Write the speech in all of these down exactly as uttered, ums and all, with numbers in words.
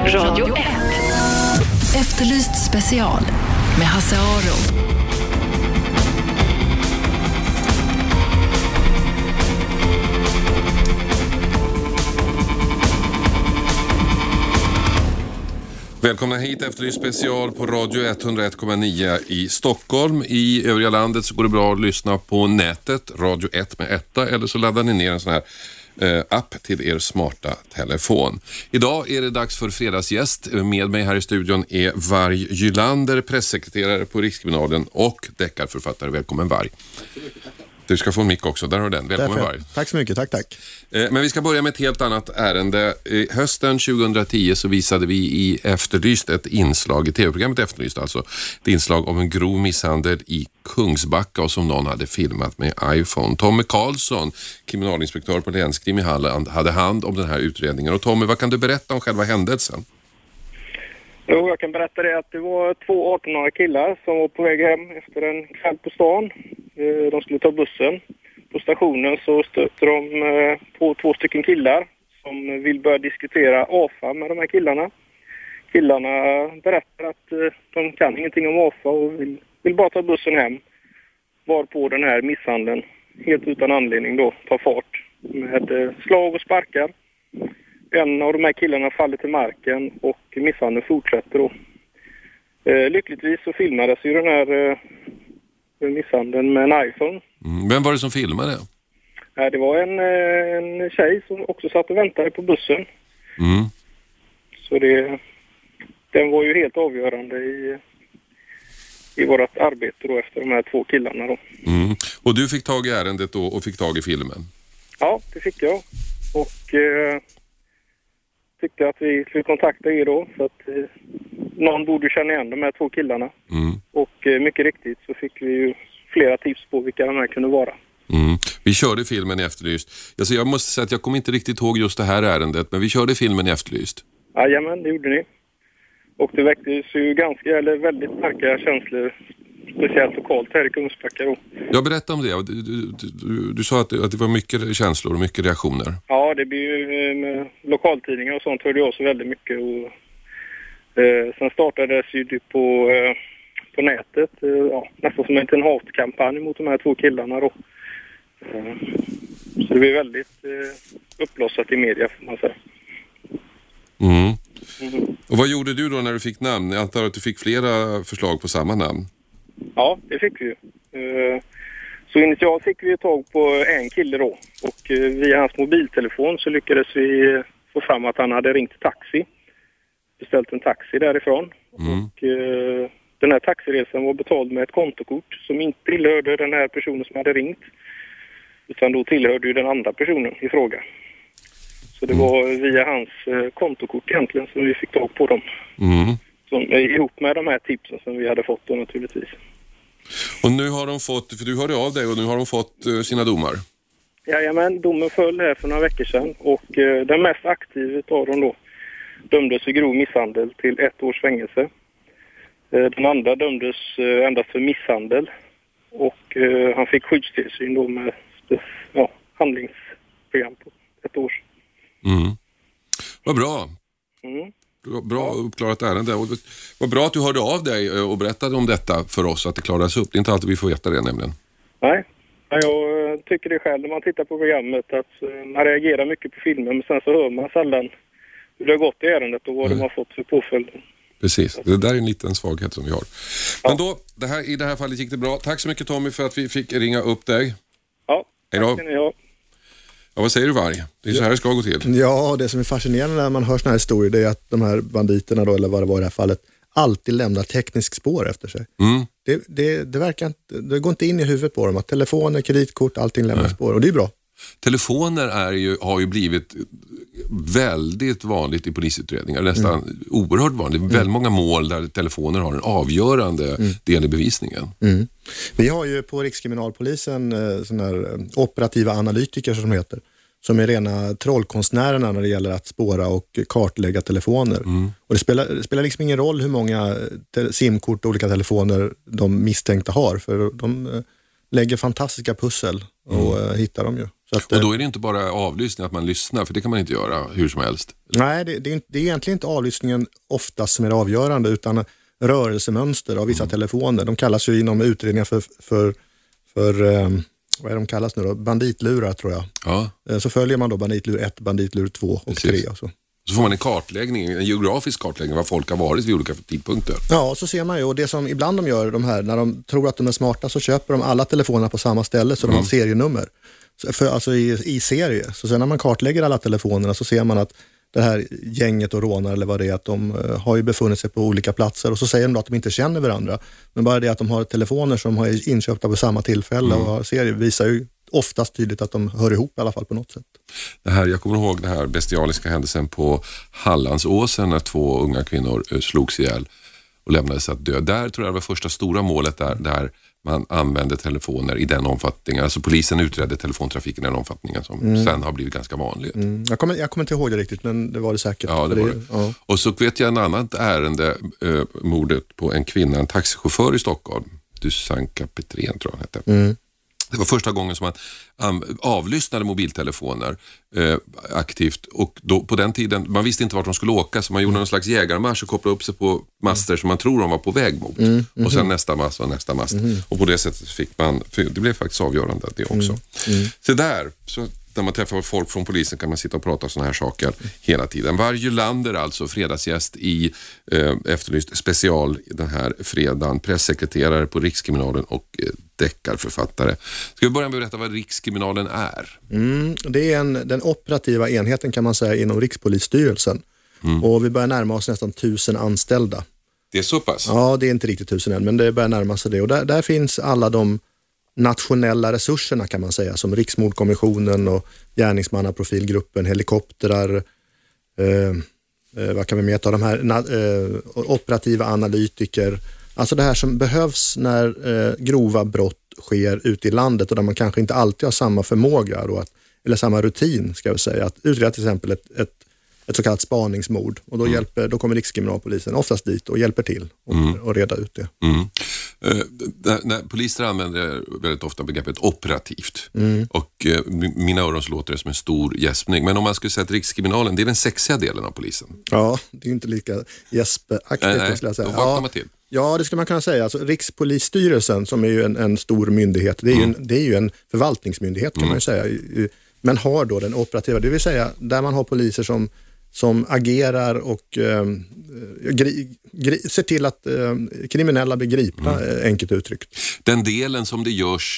Radio ett. Efterlyst special med Hasse Aro. Välkomna hit efter en special på Radio etthundraett komma nio i Stockholm. I övriga landet så går det bra att lyssna på nätet, Radio ett med etta, eller så laddar ni ner en sån här eh, app till er smarta telefon. Idag är det dags för fredagsgäst. Med mig här i studion är Varg Gylander, pressekreterare på Rikskriminalen och deckarförfattare. Välkommen Varg. Du ska få en mick också, där har den. Välkommen Varg. Tack så mycket, tack tack. Men vi ska börja med ett helt annat ärende. Hösten tjugohundratio så visade vi i Efterlyst ett inslag, i tv-programmet Efterlyst alltså, ett inslag om en grov misshandel i Kungsbacka och som någon hade filmat med iPhone. Tommy Karlsson, kriminalinspektör på Länskrim i Halland, hade hand om den här utredningen. Och Tommy, vad kan du berätta om själva händelsen? Jo, jag kan berätta det att det var två arton-åriga killar som var på väg hem efter en kväll på stan. De skulle ta bussen. På stationen så stöter de på två stycken killar som vill börja diskutera A F A med de här killarna. Killarna berättar att de kan ingenting om A F A och vill, vill bara ta bussen hem. Varpå den här misshandeln, helt utan anledning då, tar fart med slag och sparkar. En av de här killarna faller till marken och misshandeln fortsätter då. Eh, lyckligtvis så filmades ju den här eh, misshandeln med en iPhone. Mm. Vem var det som filmade? Eh, det var en, eh, en tjej som också satt och väntade på bussen. Mm. Så det, den var ju helt avgörande i, i vårt arbete då efter de här två killarna då. Mm. Och du fick tag i ärendet då och fick tag i filmen? Ja, det fick jag. Och... Eh, tyckte att vi skulle kontakta er då för att eh, någon borde känna igen de här två killarna. Mm. Och eh, mycket riktigt så fick vi ju flera tips på vilka de här kunde vara. Mm. Vi körde filmen i Efterlyst. Alltså jag måste säga att jag kommer inte riktigt ihåg just det här ärendet, men vi körde filmen i Efterlyst. Jajamän, det gjorde ni. Och det väcktes ju ganska, eller väldigt starka känslor, speciellt lokalt här i Kungsbacka då. Jag berättade om det. Du, du, du, du sa att det, att det var mycket känslor och mycket reaktioner. Ja, det blir ju med lokaltidningar och sånt hörde jag så väldigt mycket. Och, eh, sen startades ju det på, eh, på nätet, eh, ja, nästan som en liten hatkampanj mot de här två killarna då. Eh, så det blev väldigt eh, upplossat i media får man säga. Mm. Mm. Och vad gjorde du då när du fick namn? Jag antar att du fick flera förslag på samma namn. Ja, det fick vi ju. Så initialt fick vi tag på en kille då. Och via hans mobiltelefon så lyckades vi få fram att han hade ringt taxi. Beställt en taxi därifrån. Mm. Och den här taxiresan var betald med ett kontokort som inte tillhörde den här personen som hade ringt. Utan då tillhörde ju den andra personen i fråga. Så det var via hans kontokort egentligen som vi fick tag på dem. Mm. Som, ihop med de här tipsen som vi hade fått då naturligtvis. Och nu har de fått, för du hörde av dig och nu har de fått uh, sina domar. Jajamän, domen föll här för några veckor sedan och uh, den mest aktiva av dem då dömdes för grov misshandel till ett års fängelse. Uh, den andra dömdes uh, endast för misshandel och uh, han fick skyddstillsyn då med ja, handlingsprogram på ett år. Mm. Vad bra. Mm. Bra uppklarat ärende. Och vad bra att du hörde av dig och berättade om detta för oss, att det klarades upp. Det är inte alltid vi får veta det nämligen. Nej, jag tycker det själv när man tittar på programmet att man reagerar mycket på filmen men sen så hör man sällan hur det har gått i ärendet och vad Nej. de har fått för påföljden. Precis, det där är en liten svaghet som vi har. Men då, det här, i det här fallet gick det bra. Tack så mycket Tommy för att vi fick ringa upp dig. Ja, hej då. Tack ska ni ha. Ja, vad säger du Varg? Det är så här det ska gå till. Ja, det som är fascinerande när man hör såna här historier det är att de här banditerna då, eller vad det var i det här fallet, alltid lämnar teknisk spår efter sig. Mm. Det, det, det, verkar inte, det går inte in i huvudet på dem att telefoner, kreditkort, allting lämnar Nej. spår och det är bra. Telefoner är ju, har ju blivit väldigt vanligt i polisutredningar, nästan mm. oerhört vanligt. Mm. Väldigt många mål där telefoner har en avgörande mm. del i bevisningen. Mm. Vi har ju på Rikskriminalpolisen såna här operativa analytiker som heter, som är rena trollkonstnärerna när det gäller att spåra och kartlägga telefoner. Mm. Och det spelar, det spelar liksom ingen roll hur många te- simkort och olika telefoner de misstänkta har, för de lägger fantastiska pussel och mm. hittar dem ju. Så att, och då är det inte bara avlyssning att man lyssnar, för det kan man inte göra hur som helst. Nej, det, det, är, det är egentligen inte avlyssningen oftast som är avgörande, utan rörelsemönster av vissa mm. telefoner. De kallas ju inom utredningar för, för, för um, vad är de kallas nu då? Banditlurar tror jag. Ja. Så följer man då banditlur ett, banditlur två och tre. Och så. Så får man en kartläggning, en geografisk kartläggning vad folk har varit vid olika tidpunkter. Ja, så ser man ju. Och det som ibland de gör, de här, när de tror att de är smarta, så köper de alla telefoner på samma ställe, så de mm. har serienummer. För, alltså i, i serie. Så sen när man kartlägger alla telefonerna så ser man att det här gänget och rånar eller vad det är, att de uh, har ju befunnit sig på olika platser, och så säger de då att de inte känner varandra. Men bara det att de har telefoner som har inköpta på samma tillfälle mm. och har serier visar ju oftast tydligt att de hör ihop i alla fall på något sätt. Det här, jag kommer ihåg den här bestialiska händelsen på Hallandsåsen när två unga kvinnor uh, slogs ihjäl och lämnades att dö. Där tror jag det var första stora målet där, där man använde telefoner i den omfattningen. Alltså polisen utredde telefontrafiken i den omfattningen som mm. sen har blivit ganska vanlig. Mm. Jag, kommer, jag kommer inte ihåg det riktigt, men det var det säkert. Ja, det var det. Ja. Och så vet jag en annat ärende, eh, mordet på en kvinna, en taxichaufför i Stockholm. Dusanka Petrén tror jag hette. Mm. Det var första gången som man avlyssnade mobiltelefoner eh, aktivt, och då, på den tiden, man visste inte vart de skulle åka, så man gjorde någon slags jägarmarsch och kopplade upp sig på master som man tror de var på väg mot. Mm, mm, och sen nästa mast och nästa mast. Mm. Och på det sättet fick man, det blev faktiskt avgörande det också. Mm, mm. Så där, så när man träffar folk från polisen kan man sitta och prata om såna här saker mm. hela tiden. Varje Lander alltså, fredagsgäst i eh, Efterlyst special den här fredagen, pressekreterare på Rikskriminalen och eh, deckarförfattare. Ska vi börja med att berätta vad Rikskriminalen är? Mm, det är en, den operativa enheten kan man säga inom Rikspolisstyrelsen. Mm. Och vi börjar närma oss nästan tusen anställda. Det är så pass? Ja, det är inte riktigt tusen än, men det börjar närma sig det. Och där, där finns alla de nationella resurserna kan man säga, som Riksmordkommissionen och gärningsmannaprofilgruppen, helikoptrar, eh, eh, vad kan vi mäta av de här eh, operativa analytiker. Alltså det här som behövs när eh, grova brott sker ute i landet och där man kanske inte alltid har samma förmåga då att, eller samma rutin ska jag säga, att utreda till exempel ett, ett, ett så kallat spaningsmord, och då, mm. hjälper, då kommer Rikskriminalpolisen oftast dit och hjälper till och, mm. och reda ut det. Mm. Uh, när, när poliser använder väldigt ofta begreppet operativt mm. och uh, mina öron så låter det som en stor gäspning, men om man skulle säga att Rikskriminalen, det är den sexiga delen av polisen. Ja, det är inte lika gäspaktigt skulle jag säga. Då vaknar man till. Ja, det skulle man kunna säga. Alltså, Rikspolisstyrelsen, som är ju en, en stor myndighet, det är, mm. ju en, det är ju en förvaltningsmyndighet kan mm. man ju säga, men har då den operativa, det vill säga där man har poliser som, som agerar och eh, gri, gri, ser till att eh, kriminella blir gripna, mm. enkelt uttryckt. Den delen som det görs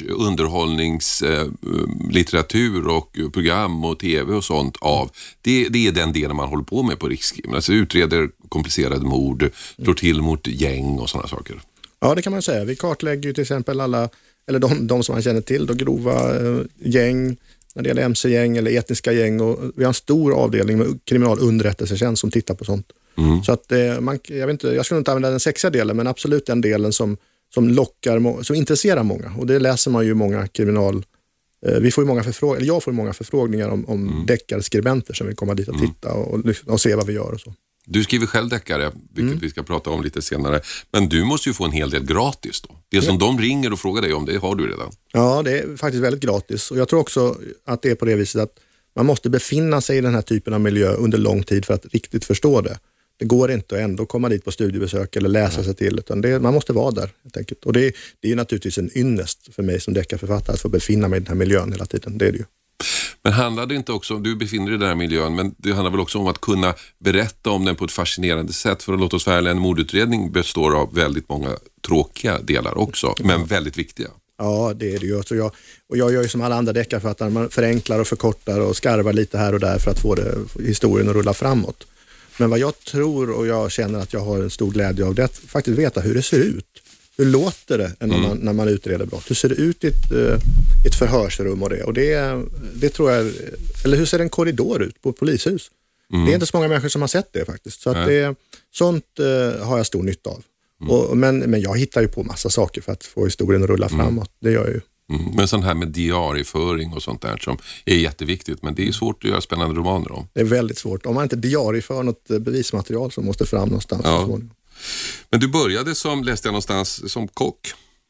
underhållningslitteratur eh, och program och tv och sånt av, det, det är den delen man håller på med på Rikskriminalen. Alltså utreder komplicerade mord, slår till mot gäng och sådana saker. Ja, det kan man säga. Vi kartlägger ju till exempel alla, eller de, de som man känner till, då grova eh, gäng, när det gäller M C-gäng eller etniska gäng, och vi har en stor avdelning med kriminalunderrättelsetjänst som tittar på sånt. Mm. Så att eh, man, jag vet inte, jag skulle inte använda den sexiga delen, men absolut den delen som, som lockar, som intresserar många, och det läser man ju många kriminal, eh, vi får ju många förfrågningar, eller jag får många förfrågningar om, om mm. deckarskribenter som vill komma dit och titta och, och, och se vad vi gör och så. Du skriver själv deckare, vilket mm. vi ska prata om lite senare. Men du måste ju få en hel del gratis då. Det som ja. de ringer och frågar dig om, det har du redan. Ja, det är faktiskt väldigt gratis. Och jag tror också att det är på det viset att man måste befinna sig i den här typen av miljö under lång tid för att riktigt förstå det. Det går inte att ändå komma dit på studiebesök eller läsa ja. sig till, utan det, man måste vara där helt enkelt. Och det, det är naturligtvis en ynnest för mig som deckarförfattare att få befinna mig i den här miljön hela tiden. Det är det ju. Men handlar det inte också om, du befinner dig i den här miljön, men det handlar väl också om att kunna berätta om den på ett fascinerande sätt, för att låta oss vara en mordutredning består av väldigt många tråkiga delar också, men ja. väldigt viktiga. Ja, det är det ju. Så jag, och jag gör ju som alla andra deckarförfattare, man förenklar och förkortar och skarvar lite här och där för att få det, historien att rulla framåt. Men vad jag tror och jag känner att jag har en stor glädje av det, att faktiskt veta hur det ser ut. Hur låter det när man, mm. när man utreder brott? Hur ser det ut i ett, uh, ett förhörsrum och det? Och det, det tror jag, eller hur ser en korridor ut på ett polishus? Mm. Det är inte så många människor som har sett det faktiskt. Så att det, sånt uh, har jag stor nytta av. Mm. Och, men, men jag hittar ju på massa saker för att få historien att rulla framåt. Mm. Det gör jag ju. Mm. Men sånt här med diarieföring och sånt där som är jätteviktigt, men det är svårt att göra spännande romaner om. Det är väldigt svårt. Om man inte diarieför något bevismaterial som måste fram någonstans. Ja. Men du började som, läste jag någonstans, som kock.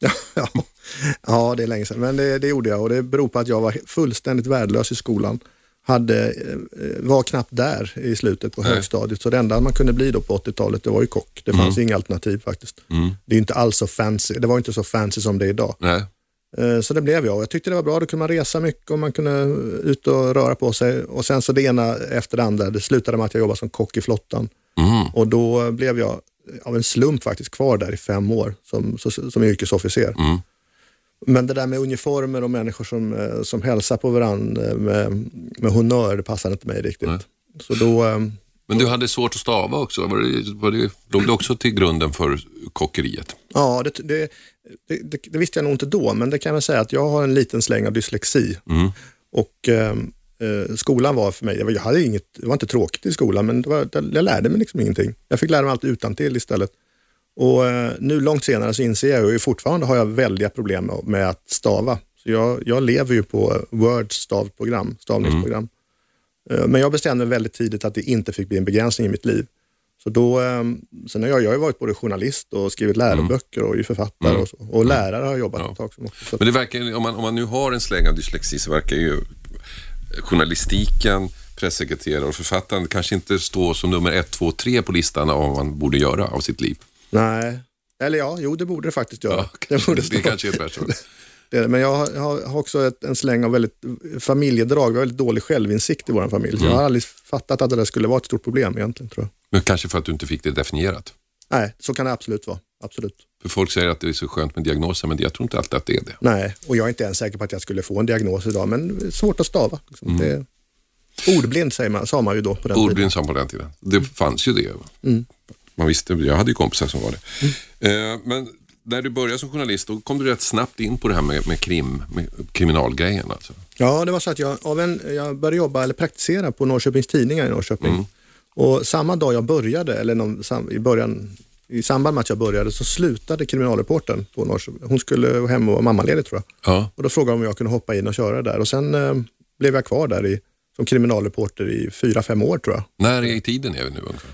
ja. ja, det är länge sedan. Men det, det gjorde jag och det beror på att jag var fullständigt värdelös i skolan. Hade, var knappt där i slutet på Nej. högstadiet. Så det enda man kunde bli då på åttiotalet, det var ju kock. Det fanns mm. inga alternativ faktiskt. Mm. Det är inte alls så fancy. Det var inte så fancy som det är idag. Nej. Så det blev jag. Jag tyckte det var bra. Då kunde man resa mycket och man kunde ut och röra på sig. Och sen så det ena efter det andra. Det slutade med att jag jobbade som kock i flottan. Mm. Och då blev jag av en slump faktiskt kvar där i fem år som, som, som yrkesofficer. Mm. Men det där med uniformer och människor som, som hälsar på varandra med, med honör, det passade inte mig riktigt. Nej. Så då... Men du hade svårt att stava också. Var det, var det, låg det också till grunden för kockeriet? Ja, det, det, det, det visste jag nog inte då. Men det kan jag säga att jag har en liten släng av dyslexi. Mm. Och eh, skolan var för mig, jag hade inget, det var inte tråkigt i skolan, men det var, jag lärde mig liksom ingenting. Jag fick lära mig allt utantill istället. Och eh, nu långt senare så inser jag ju fortfarande har jag väldiga problem med, med att stava. Så jag, jag lever ju på Words stavprogram, stavningsprogram. Mm. Men jag bestämde väldigt tidigt att det inte fick bli en begränsning i mitt liv. Så då, sen har jag, jag har varit både journalist och skrivit läroböcker och är författare mm. och, så, och lärare har jag jobbat ja. ett tag som också. Men det verkar, om man, om man nu har en släng av dyslexi så verkar ju journalistiken, pressekreterare och författaren kanske inte stå som nummer ett, två, tre på listan av vad man borde göra av sitt liv. Nej, eller ja, jo det borde det faktiskt göra. Ja, det, borde det kanske är ett värsta. Det, men jag har, jag har också ett, en släng av väldigt familjedrag, väldigt dålig självinsikt i vår familj. Mm. Så jag har aldrig fattat att det där skulle vara ett stort problem egentligen, tror jag. Men kanske för att du inte fick det definierat? Nej, så kan det absolut vara. Absolut. För folk säger att det är så skönt med diagnoser, men jag tror inte alltid att det är det. Nej, och jag är inte ens säker på att jag skulle få en diagnos idag, men svårt att stava. Liksom. Mm. Det, ordblind säger man, sa man ju då på den ordblind tiden. Ordblind sa man på den tiden. Det fanns ju det. Mm. Man visste, jag hade ju kompisar som var det. Mm. Eh, men när du började som journalist, då kom du rätt snabbt in på det här med, med, krim, med kriminalgrejen alltså. Ja, det var så att jag, av en, jag började jobba eller praktisera på Norrköpings Tidningar i Norrköping. Mm. Och samma dag jag började, eller någon, sam, i början, i samband med att jag började, så slutade kriminalreportern på Norrköping. Hon skulle hem och vara mammaledig, tror jag. Ja. Och då frågade de om jag kunde hoppa in och köra där. Och sen eh, blev jag kvar där i, som kriminalreporter i fyra, fem år, tror jag. När i tiden är vi nu ungefär?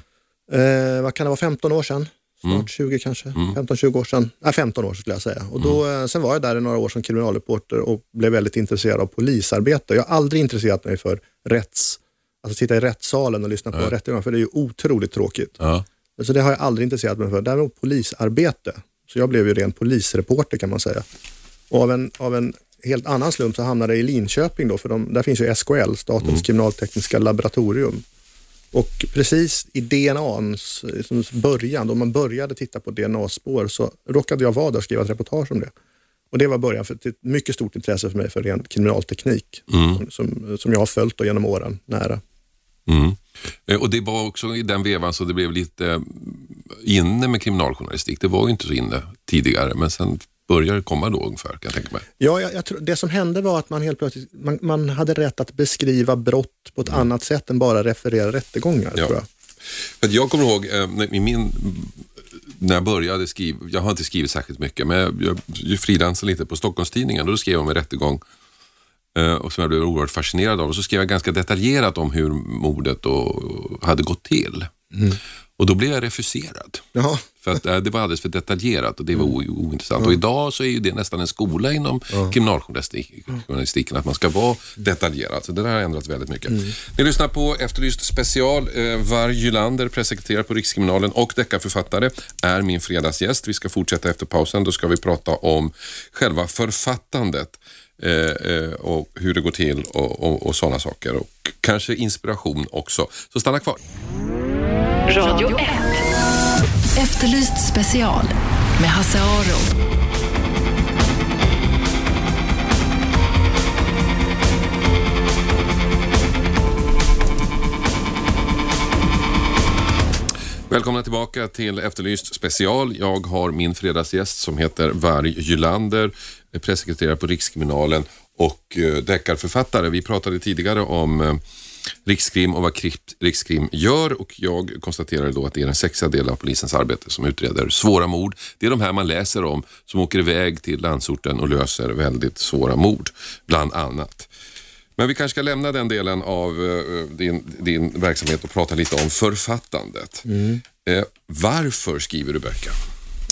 Eh, vad kan det vara, femton år sedan? Snart mm. tjugo kanske, mm. femton tjugo år sedan. Nej, femton år skulle jag säga. Och då, mm. Sen var jag där i några år som kriminalreporter och blev väldigt intresserad av polisarbete. Jag har aldrig intresserat mig för rätts, alltså sitta i rättssalen och lyssna på ja. rättegångar, för det är ju otroligt tråkigt. Ja. Så det har jag aldrig intresserat mig för. Däremot polisarbete. Så jag blev ju ren polisreporter, kan man säga. Och av en, av en helt annan slump så hamnade jag i Linköping då, för de, där finns ju S K L, Statens mm. kriminaltekniska laboratorium. Och precis i D N A:ns början, då man började titta på D N A-spår, så råkade jag vara där och skriva ett reportage om det. Och det var början för ett mycket stort intresse för mig för ren kriminalteknik mm. som, som jag har följt då genom åren nära. Mm. Och det var också i den vevan så det blev lite inne med kriminaljournalistik. Det var ju inte så inne tidigare, men sen börjar det komma då ungefär, kan jag tänka mig. Ja, jag, jag tror, det som hände var att man helt plötsligt man, man hade rätt att beskriva brott på ett mm. annat sätt än bara referera rättegångar, ja. tror jag. För jag kommer ihåg i min, när jag började skriva, jag har inte skrivit särskilt mycket, men jag, jag, jag frilansade lite på Stockholmstidningen och då skrev jag om en rättegång och som jag blev oerhört fascinerad av, och så skrev jag ganska detaljerat om hur mordet och, hade gått till. Mm. Och då blev jag refuserad. Jaha. För att äh, det var alldeles för detaljerat och det var o- ointressant. Ja. Och idag så är ju det nästan en skola inom ja. kriminaljournalistiken att man ska vara detaljerad. Så det där har ändrat väldigt mycket. Mm. Ni lyssnar på Efterlyst special. Eh, Varg Gylander, pressekreterare på Rikskriminalen och deckarförfattare, är min fredagsgäst. Vi ska fortsätta efter pausen. Då ska vi prata om själva författandet. Eh, eh, och hur det går till och, och, och sådana saker. Och kanske inspiration också. Så stanna kvar. Radio ett. Efterlyst special med Hasse Aro. Välkomna tillbaka till Efterlyst special. Jag har min fredagsgäst som heter Varg Gylander, pressekreterare på Rikskriminalen och deckarförfattare. Vi pratade tidigare om Rikskrim och vad Rikskrim gör, och jag konstaterade då att det är den sexiga delen av polisens arbete som utreder svåra mord. Det är de här man läser om som åker iväg till landsorten och löser väldigt svåra mord, bland annat. Men vi kanske ska lämna den delen av uh, din, din verksamhet och prata lite om författandet. Mm. Eh, varför skriver du böcker?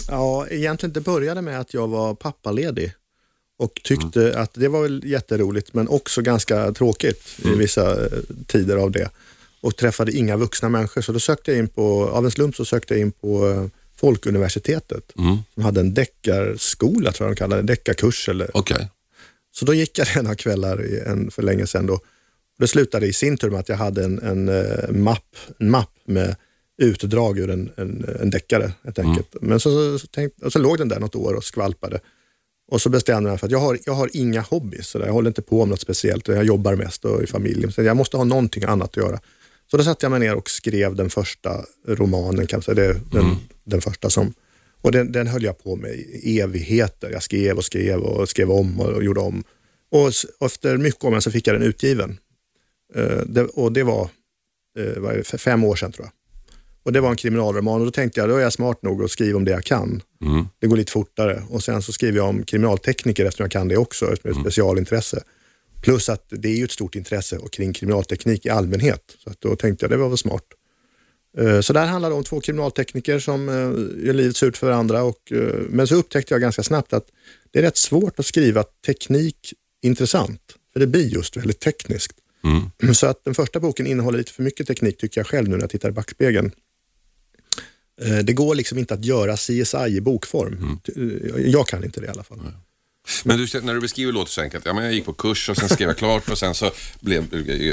Ja, egentligen det började med att jag var pappaledig och tyckte mm. att det var väl jätteroligt men också ganska tråkigt mm. i vissa eh, tider av det. Och träffade inga vuxna människor, så då sökte jag in på, av en slump så sökte jag in på eh, Folkuniversitetet mm. som hade en deckarskola, tror jag de kallade det, deckarkurs eller. Okay. Så då gick jag rena kvällar i en, för länge sedan då. Och det slutade i sin tur med att jag hade en, en, en, mapp, en mapp med utdrag ur en, en, en deckare helt enkelt. Mm. Men så, så, tänkte, och så låg den där något år och skvalpade. Och så bestämde jag mig för att jag har, jag har inga hobbys. Så jag håller inte på med något speciellt. Jag jobbar mest och i familjen. Så jag måste ha någonting annat att göra. Så då satte jag mig ner och skrev den första romanen, kan man säga. Det är den, mm. den första som... Och den, den höll jag på med i evigheter. Jag skrev och skrev och skrev om och, och gjorde om. Och, och efter mycket om så fick jag den utgiven. Uh, det, och det var, uh, var det, för fem år sedan tror jag. Och det var en kriminalroman och då tänkte jag, då är jag smart nog att skriva om det jag kan. Mm. Det går lite fortare. Och sen så skriver jag om kriminaltekniker eftersom jag kan det också, eftersom mm. ett specialintresse. Plus att det är ju ett stort intresse kring kriminalteknik i allmänhet. Så att då tänkte jag, det var väl smart. Så där handlar det om två kriminaltekniker som gör livet surt för varandra. Och, men så upptäckte jag ganska snabbt att det är rätt svårt att skriva teknik intressant. För det blir just väldigt tekniskt. Mm. Så att den första boken innehåller lite för mycket teknik tycker jag själv nu när jag tittar i backspegeln. Det går liksom inte att göra C S I i bokform. Mm. Jag kan inte det i alla fall. Mm. Men du, när du beskriver låter så enkelt. Ja, men jag gick på kurs och sen skrev jag klart och sen så blev,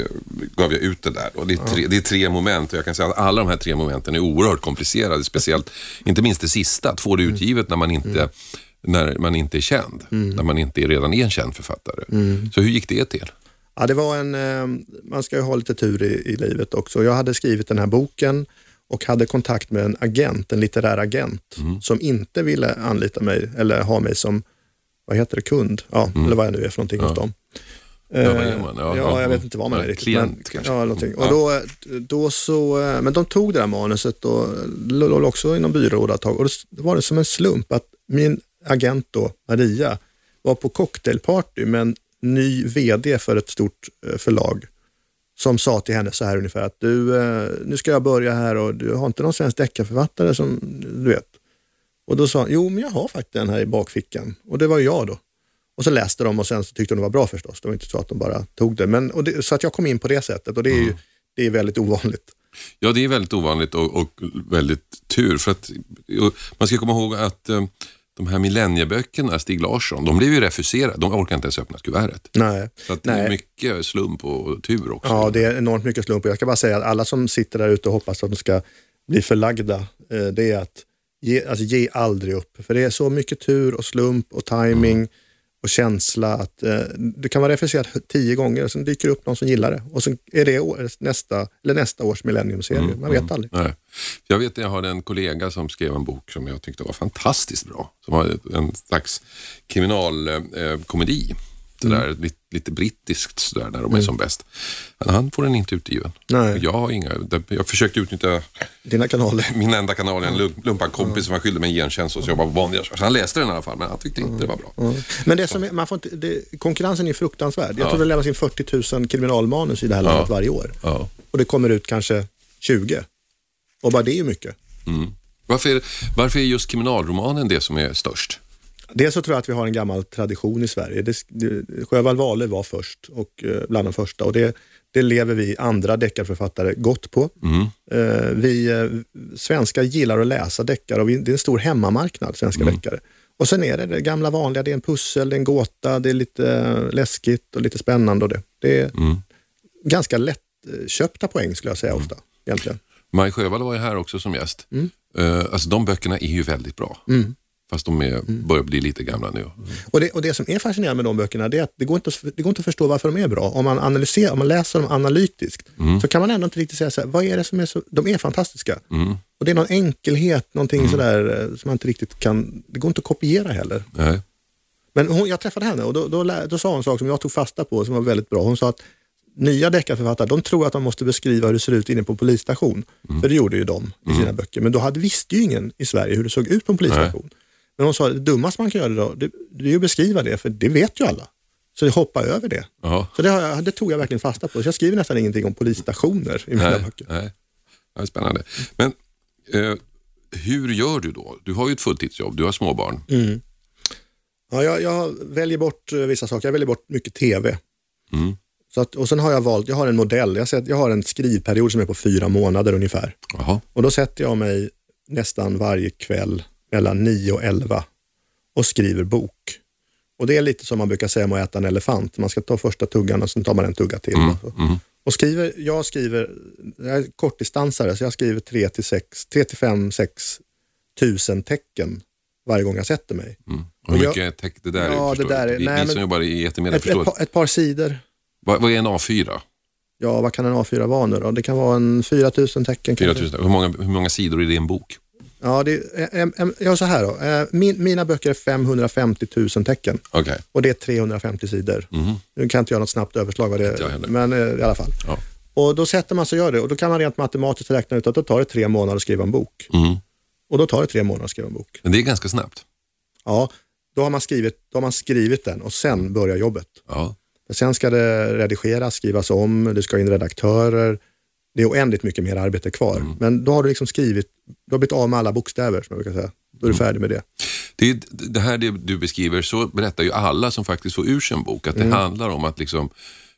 gav jag ut det där. Och det, är tre, det är tre moment och jag kan säga att alla de här tre momenten är oerhört komplicerade. Speciellt, inte minst det sista, att få det utgivet när man inte, mm. när man inte är känd. Mm. När man inte är redan är en känd författare. Mm. Så hur gick det till? Ja, det var en... Man ska ju ha lite tur i, i livet också. Jag hade skrivit den här boken och hade kontakt med en agent, en litterär agent mm. som inte ville anlita mig eller ha mig som, vad heter det, kund? Ja, mm. eller vad jag nu är för någonting ja. hos dem. Ja, vad är man? Ja, ja, jag vet inte vad man är riktigt. Klient men, kanske. Ja, någonting. Och då, då så, men de tog det här manuset och låg också inom byråd ett tag. Och då var det som en slump att min agent då, Maria, var på cocktailparty med en ny vd för ett stort förlag som sa till henne så här ungefär att du, nu ska jag börja här och du har inte någon svensk deckarförfattare som du vet. Och då sa han, jo men jag har faktiskt den här i bakfickan. Och det var jag då. Och så läste de och sen så tyckte de det var bra förstås. Det var inte så att de bara tog det. Men, och det, så att jag kom in på det sättet och det är ju det är väldigt ovanligt. Ja, det är väldigt ovanligt och, och väldigt tur. För att man ska komma ihåg att um, de här millennieböckerna, Stig Larsson, de blev ju refuserade. De orkar inte ens öppna kuvertet. Nej. Så att det Nej. är mycket slump och tur också. Ja, det är enormt mycket slump. Jag ska bara säga att alla som sitter där ute och hoppas att de ska bli förlagda, det är att ge, alltså ge aldrig upp. För det är så mycket tur och slump och timing mm. och känsla att eh, du kan vara refuserad tio gånger och sen dyker upp någon som gillar det. Och sen är det år, nästa, eller nästa års millenniumserie. Mm, Man vet mm, aldrig. Nej. Jag vet att jag har en kollega som skrev en bok som jag tyckte var fantastiskt bra. Som var en slags kriminalkomedi. Eh, mm. Där, lite, lite brittiskt sådär när de är mm. som bäst. Men han får den inte utgiven. Nej. Jag har inga, jag försökte utnyttja dina kanaler. Min enda kanal är en lumpan kompis mm. som var skyldig med en gentjänst och så jobbade på vanliga. Så han läste den i alla fall, men han tyckte inte mm. det var bra. Mm. Men det som är, man får inte, det, konkurrensen är fruktansvärd. Jag ja. tror det lämnas in fyrtio tusen kriminalmanus i det här landet ja. varje år. Ja. Och det kommer ut kanske tjugo. Och bara det är ju mycket. Mm. Varför, är, varför är just kriminalromanen det som är störst? Dels så tror jag att vi har en gammal tradition i Sverige. Det, det, Sjöwall Wahlöö var först och eh, bland de första. Och det, det lever vi andra deckarförfattare gott på. Mm. Eh, vi eh, svenskar gillar att läsa deckare och vi, det är en stor hemmamarknad, svenska mm. deckare. Och sen är det det gamla vanliga, det är en pussel, det är en gåta, det är lite eh, läskigt och lite spännande. Och det, det är mm. ganska lättköpta poäng skulle jag säga mm. ofta, egentligen. Maj Sjöwall var ju här också som gäst. Mm. Uh, alltså de böckerna är ju väldigt bra. Mm. Fast de är, börjar bli lite gamla nu. Mm. Och, det, och det som är fascinerande med de böckerna det är att det går inte, det går inte att förstå varför de är bra. Om man analyserar, om man läser dem analytiskt mm. så kan man ändå inte riktigt säga så här, vad är det som är så, de är fantastiska. Mm. Och det är någon enkelhet, någonting mm. sådär som man inte riktigt kan, det går inte att kopiera heller. Nej. Men hon, jag träffade henne och då, då, då, då sa hon en sak som jag tog fasta på som var väldigt bra. Hon sa att nya deckarförfattare, de tror att de måste beskriva hur det ser ut inne på en polisstation. Mm. För det gjorde ju de i sina mm. böcker. Men då hade visste ju ingen i Sverige hur det såg ut på en polisstation. Nej. Men hon sa, det dummaste man kan göra då, det, det är ju att beskriva det, för det vet ju alla. Så det hoppar över det. Aha. Så det, har, det tog jag verkligen fasta på. Så jag skriver nästan ingenting om polisstationer i mina nej, böcker. Nej, det är spännande. Men eh, hur gör du då? Du har ju ett fulltidsjobb, du har småbarn. Mm. Ja, jag, jag väljer bort vissa saker. Jag väljer bort mycket tv. Mm. Så att, och sen har jag valt, jag har en modell. Jag, sett, jag har en skrivperiod som är på fyra månader ungefär. Aha. Och då sätter jag mig nästan varje kväll mellan nio och elva och skriver bok. Och det är lite som man brukar säga om att äta en elefant. Man ska ta första tuggan och sen tar man en tugga till. Mm. Mm. Och skriver, jag skriver, jag är kortdistansare så jag skriver tre till fem, sex tusen tecken varje gång jag sätter mig. Mm. Och hur mycket text det där ja, är? Det där är vi, nej, vi som jobbar i etermedia ett, förstår. ett, par, ett par sidor. Vad, vad är en A fyra? Ja, vad kan en A fyra vara nu då? Det kan vara en fyra tusen tecken. fyra tusen. Hur många, hur många sidor är det i en bok? Ja, det är, ja, så här då. Min, mina böcker är femhundrafemtio tusen tecken. Okay. Och det är trehundrafemtio sidor. Mm. Nu kan inte göra något snabbt överslag av det, men i alla fall. Ja. Och då sätter man sig och gör det. Och då kan man rent matematiskt räkna ut att då tar det tre månader att skriva en bok. Mm. Och då tar det tre månader att skriva en bok. Men det är ganska snabbt. Ja, då har man skrivit, då har man skrivit den och sen börjar jobbet. Ja. Sen ska det redigeras, skrivas om, det ska in redaktörer. Det är oändligt mycket mer arbete kvar. Mm. Men då har du liksom skrivit, du har blivit av med alla bokstäver som jag brukar säga. Då är du färdig med det. Det, är, det här det du beskriver, så berättar ju alla som faktiskt får ur sin bok att det mm. handlar om att liksom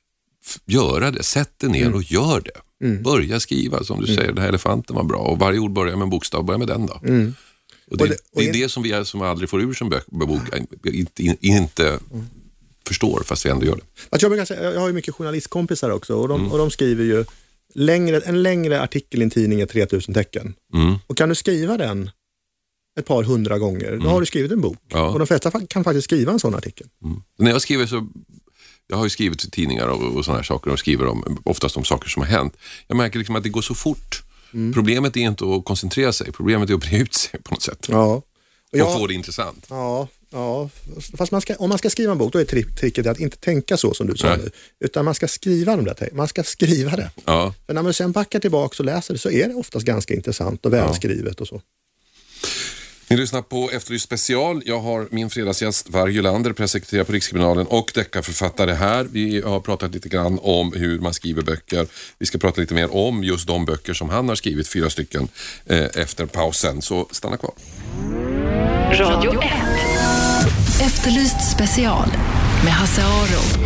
f- göra det, sätt det ner mm. och gör det. Mm. Börja skriva, som du mm. säger, det här elefanten var bra och varje ord börjar med en bokstav, börja med den då. Mm. Och det, och det, och det är det som vi är, som aldrig får ur sin bok, inte, inte mm. förstår, fast vi ändå gör det. Alltså jag, brukar säga, jag har ju mycket journalistkompisar också och de, mm. och de skriver ju längre, en längre artikel i en tidning är tre tusen tecken. Mm. Och kan du skriva den ett par hundra gånger, mm. då har du skrivit en bok. Ja. Och de flesta kan faktiskt skriva en sån artikel. Mm. När jag skriver så, jag har ju skrivit i tidningar och, och såna här saker och skriver om, oftast om saker som har hänt. Jag märker liksom att det går så fort. Mm. Problemet är inte att koncentrera sig, problemet är att bre ut sig på något sätt. Ja. Och, jag, och få det intressant. Ja, ja. Fast man ska, om man ska skriva en bok, då är tricket att inte tänka så som du sa nu. Utan man ska skriva de där, man ska skriva det. Ja. För när man sen backar tillbaka och läser det så är det oftast ganska intressant och välskrivet ja. och så. Ni lyssnar på Efterlyst special. Jag har min fredagsgäst Varg Jölander, pressekreterare på Rikskriminalen och deckarförfattare här. Vi har pratat lite grann om hur man skriver böcker. Vi ska prata lite mer om just de böcker som han har skrivit, fyra stycken, eh, efter pausen. Så stanna kvar. Radio ett. Efterlyst special med Hasse Aro.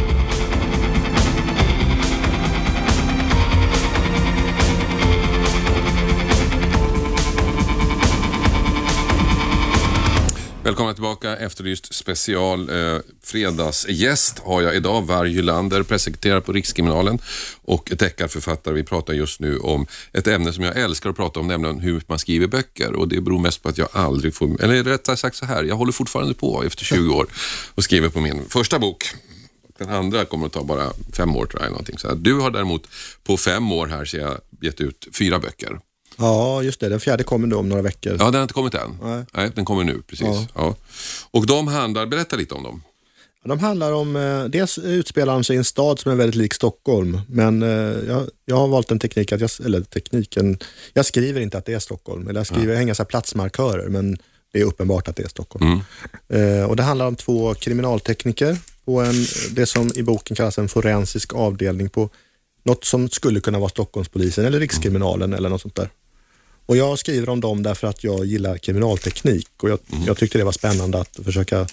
Välkomna tillbaka, Efterlyst special. Eh, fredagsgäst har jag idag, Varg Jölander, pressekreterare på Rikskriminalen och deckarförfattare. Vi pratar just nu om ett ämne som jag älskar att prata om, nämligen hur man skriver böcker. Och det beror mest på att jag aldrig får, eller rättare sagt så här, jag håller fortfarande på efter tjugo år och skriver på min första bok. Den andra kommer att ta bara fem år tror jag. Någonting. Så här. Du har däremot på fem år här så jag gett ut fyra böcker. Ja, just det. Den fjärde kommer nu om några veckor. Ja, den har inte kommit än. Nej, Nej den kommer nu, precis. Ja. Ja. Och de handlar, berätta lite om dem. De handlar om, eh, dels utspelar de sig i en stad som är väldigt lik Stockholm. Men eh, jag, jag har valt en teknik, att jag, eller tekniken, jag skriver inte att det är Stockholm. Eller jag skriver, ja. hänger så här platsmarkörer, men det är uppenbart att det är Stockholm. Mm. Eh, och det handlar om två kriminaltekniker på en, det som i boken kallas en forensisk avdelning på något som skulle kunna vara Stockholmspolisen eller Rikskriminalen mm. eller något sånt där. Och jag skriver om dem därför att jag gillar kriminalteknik och jag, mm. jag tyckte det var spännande att försöka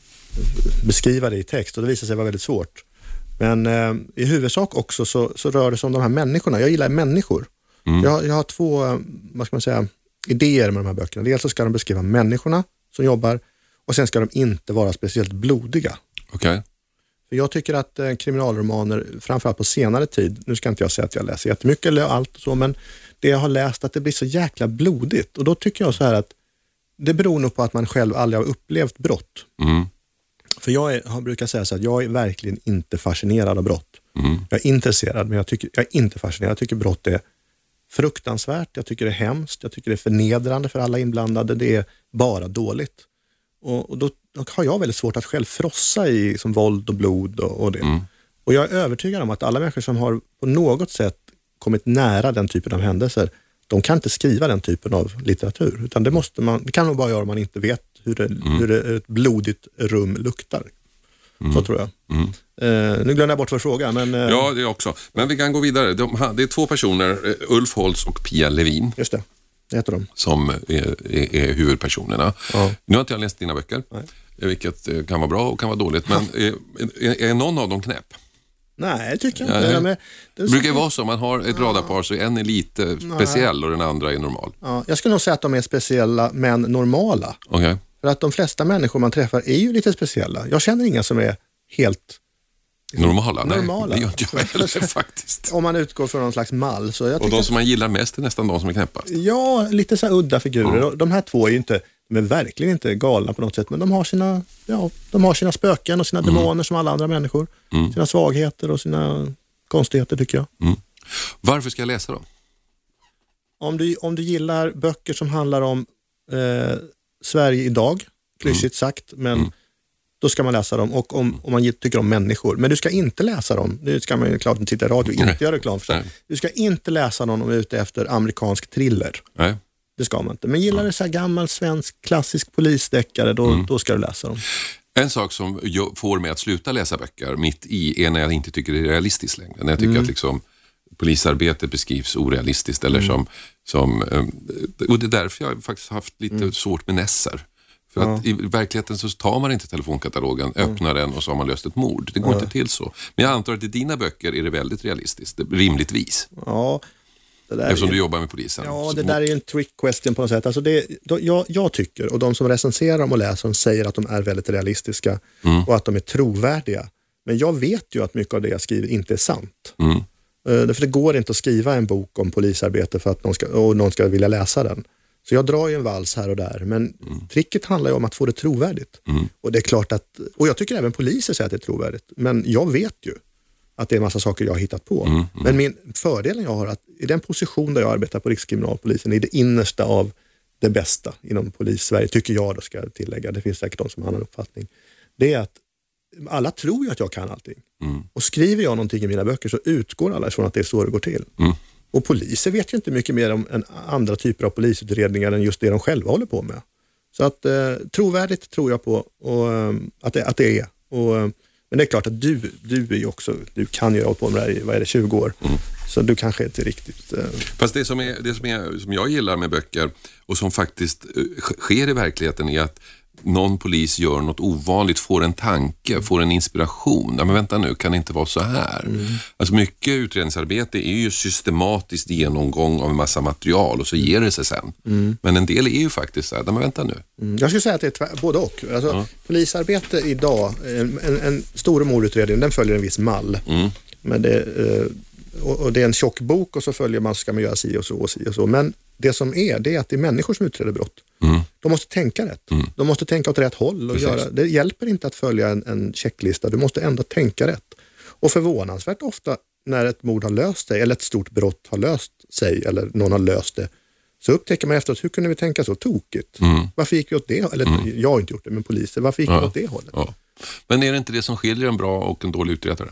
beskriva det i text och det visade sig vara väldigt svårt. Men eh, i huvudsak också så, så rör det sig om de här människorna. Jag gillar människor. Mm. Jag, jag har två, vad ska man säga, idéer med de här böckerna. Dels så ska de beskriva människorna som jobbar och sen ska de inte vara speciellt blodiga. Okej. Okay. För jag tycker att eh, kriminalromaner, framförallt på senare tid, nu ska inte jag säga att jag läser jättemycket eller allt och så, men det jag har läst att det blir så jäkla blodigt. Och då tycker jag så här att det beror nog på att man själv aldrig har upplevt brott. Mm. För jag, är, jag brukar säga så att jag är verkligen inte fascinerad av brott. Mm. Jag är intresserad, men jag, tycker, jag är inte fascinerad. Jag tycker brott är fruktansvärt, jag tycker det är hemskt, jag tycker det är förnedrande för alla inblandade. Det är bara dåligt. Och, och då, då har jag väldigt svårt att själv frossa i som våld och blod och, och det. Mm. Och jag är övertygad om att alla människor som har på något sätt kommit nära den typen av händelser, de kan inte skriva den typen av litteratur. Utan det måste man, det kan man bara göra om man inte vet hur, det, mm. hur det, ett blodigt rum luktar. Mm. Så tror jag. Mm. Eh, nu glömde jag bort för frågan. Men, eh, ja, det också. Men vi kan gå vidare. De, det är två personer, Ulf Holtz och Pia Levin. Just det. det heter de. Som är, är, är huvudpersonerna. Ja. Nu har inte jag läst dina böcker, Nej. vilket kan vara bra och kan vara dåligt. Men är, är, är någon av dem knäpp? Nej, det tycker jag Ja, inte. det, De är, det brukar ju vara så, man har ett radarpar så en är lite speciell och den andra är normal. Ja, jag skulle nog säga att de är speciella men normala. Okay. För att de flesta människor man träffar är ju lite speciella. Jag känner inga som är helt normala. normala. Nej, det gör inte jag heller faktiskt. Om man utgår från någon slags mall. Så jag och de som man gillar mest är nästan de som är knäppast. Ja, lite så här udda figurer. Mm. De här två är ju inte, de är verkligen inte galna på något sätt, men de har sina, ja, de har sina spöken och sina mm. demoner som alla andra människor. Mm. Sina svagheter och sina konstigheter tycker jag. Mm. Varför ska jag läsa dem? Om du, om du gillar böcker som handlar om eh, Sverige idag, klyschigt mm. sagt, men mm. då ska man läsa dem. Och om, om man tycker om människor. Men du ska inte läsa dem. Nu ska man ju klart inte titta i radio och inte Nej. göra reklam för sig. Nej. Du ska inte läsa dem om du är ute efter amerikansk thriller. Nej. Det ska man inte. Men gillar mm. du så här gammal svensk klassisk polisdeckare, då, mm. då ska du läsa dem. En sak som får mig att sluta läsa böcker mitt i är när jag inte tycker det är realistiskt längre. När jag tycker mm. att liksom polisarbetet beskrivs orealistiskt eller mm. som, som och det är därför jag faktiskt haft lite mm. svårt med nässar. För ja. att i verkligheten så tar man inte telefonkatalogen, öppnar mm. den och så har man löst ett mord. Det går ja. inte till så. Men jag antar att i dina böcker är det väldigt realistiskt, rimligtvis. Ja. Det där Eftersom ju, du jobbar med polisen. Ja, det där är ju en trick question på något sätt. Alltså det, då, jag, jag tycker, och de som recenserar dem och läser dem säger att de är väldigt realistiska mm. och att de är trovärdiga. Men jag vet ju att mycket av det jag skriver inte är sant. Mm. Uh, för det går inte att skriva en bok om polisarbete för att någon ska, och någon ska vilja läsa den. Så jag drar ju en vals här och där. Men mm. tricket handlar ju om att få det trovärdigt. Mm. Och det är klart att, och jag tycker även poliser säger att det är trovärdigt. Men jag vet ju att det är en massa saker jag har hittat på. Mm, mm. Men min fördelen jag har att i den position där jag arbetar på Rikskriminalpolisen, i det innersta av det bästa inom polis-Sverige, tycker jag då ska jag tillägga, det finns säkert de som har en annan uppfattning, det är att alla tror ju att jag kan allting. Mm. Och skriver jag någonting i mina böcker så utgår alla ifrån att det är så det går till. Mm. Och poliser vet ju inte mycket mer om en andra typer av polisutredningar än just det de själva håller på med. Så att eh, trovärdigt tror jag på och, eh, att, det, att det är. Och eh, men det är klart att du, du är ju också, du kan ju ha på med det här i, vad är det, tjugo år. Mm. Så du kanske inte riktigt... Uh... Fast det som, är, det som, är, som jag gillar med böcker och som faktiskt uh, sker i verkligheten är att någon polis gör något ovanligt, får en tanke, får en inspiration. Ja, men vänta nu, kan det inte vara så här? Mm. Alltså mycket utredningsarbete är ju systematiskt genomgång av en massa material och så ger det sig sen. Mm. Men en del är ju faktiskt så här, men vänta nu. Mm. Jag skulle säga att det är tvär, både och. Alltså, ja. Polisarbete idag, en, en, en stor mordutredning, den följer en viss mall. Mm. Men det, och, och det är en tjock bok och så följer man, ska man göra si och så och si och så. Men det som är, det är att det är människor som utreder brott. Mm. De måste tänka rätt. Mm. De måste tänka åt rätt håll. Och göra, det hjälper inte att följa en, en checklista. Du måste ändå tänka rätt. Och förvånansvärt ofta när ett mord har löst sig eller ett stort brott har löst sig eller någon har löst det, så upptäcker man efteråt, hur kunde vi tänka så tokigt? Mm. Varför gick vi åt det? Eller mm. jag har inte gjort det, men poliser. Varför gick ja. vi åt det hållet? Ja. Men är det inte det som skiljer en bra och en dålig utredare?